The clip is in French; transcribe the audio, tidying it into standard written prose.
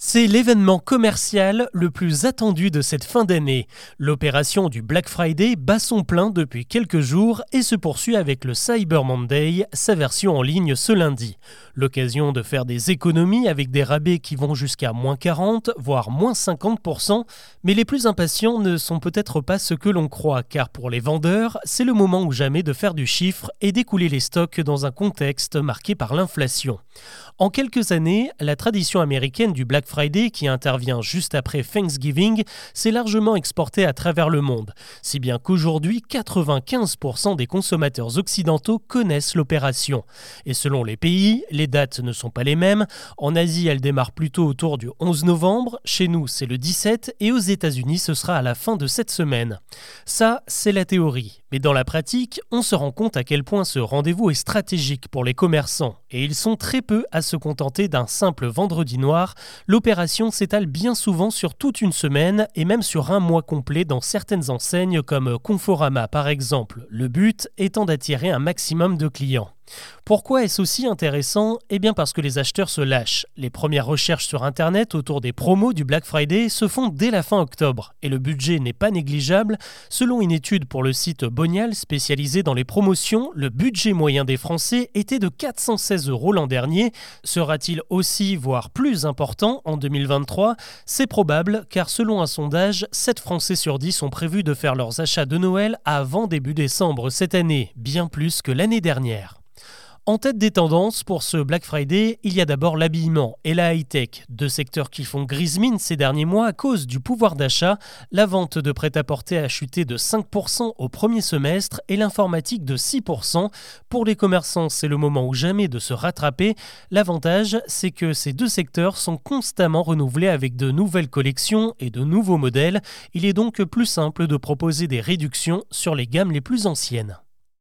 C'est l'événement commercial le plus attendu de cette fin d'année. L'opération du Black Friday bat son plein depuis quelques jours et se poursuit avec le Cyber Monday, sa version en ligne ce lundi. L'occasion de faire des économies avec des rabais qui vont jusqu'à moins 40, voire moins 50%. Mais les plus impatients ne sont peut-être pas ceux que l'on croit, car pour les vendeurs, c'est le moment ou jamais de faire du chiffre et d'écouler les stocks dans un contexte marqué par l'inflation. En quelques années, la tradition américaine du Black Friday, qui intervient juste après Thanksgiving, s'est largement exportée à travers le monde, si bien qu'aujourd'hui, 95% des consommateurs occidentaux connaissent l'opération. Et selon les pays, les dates ne sont pas les mêmes. En Asie, elle démarre plutôt autour du 11 novembre, chez nous c'est le 17, et aux États-Unis ce sera à la fin de cette semaine. Ça, c'est la théorie. Mais dans la pratique, on se rend compte à quel point ce rendez-vous est stratégique pour les commerçants, et ils sont très peu à se contenter d'un simple vendredi noir. L'opération s'étale bien souvent sur toute une semaine et même sur un mois complet dans certaines enseignes comme Conforama par exemple, le but étant d'attirer un maximum de clients. Pourquoi est-ce aussi intéressant ? Eh bien parce que les acheteurs se lâchent. Les premières recherches sur Internet autour des promos du Black Friday se font dès la fin octobre et le budget n'est pas négligeable. Selon une étude pour le site Bonial spécialisé dans les promotions, le budget moyen des Français était de 416 € l'an dernier. Sera-t-il aussi, voire plus important en 2023 ? C'est probable car selon un sondage, 7 Français sur 10 ont prévu de faire leurs achats de Noël avant début décembre cette année, bien plus que l'année dernière. En tête des tendances pour ce Black Friday, il y a d'abord l'habillement et la high-tech, deux secteurs qui font grise mine ces derniers mois à cause du pouvoir d'achat. La vente de prêt-à-porter a chuté de 5% au premier semestre et l'informatique de 6%. Pour les commerçants, c'est le moment ou jamais de se rattraper. L'avantage, c'est que ces deux secteurs sont constamment renouvelés avec de nouvelles collections et de nouveaux modèles. Il est donc plus simple de proposer des réductions sur les gammes les plus anciennes.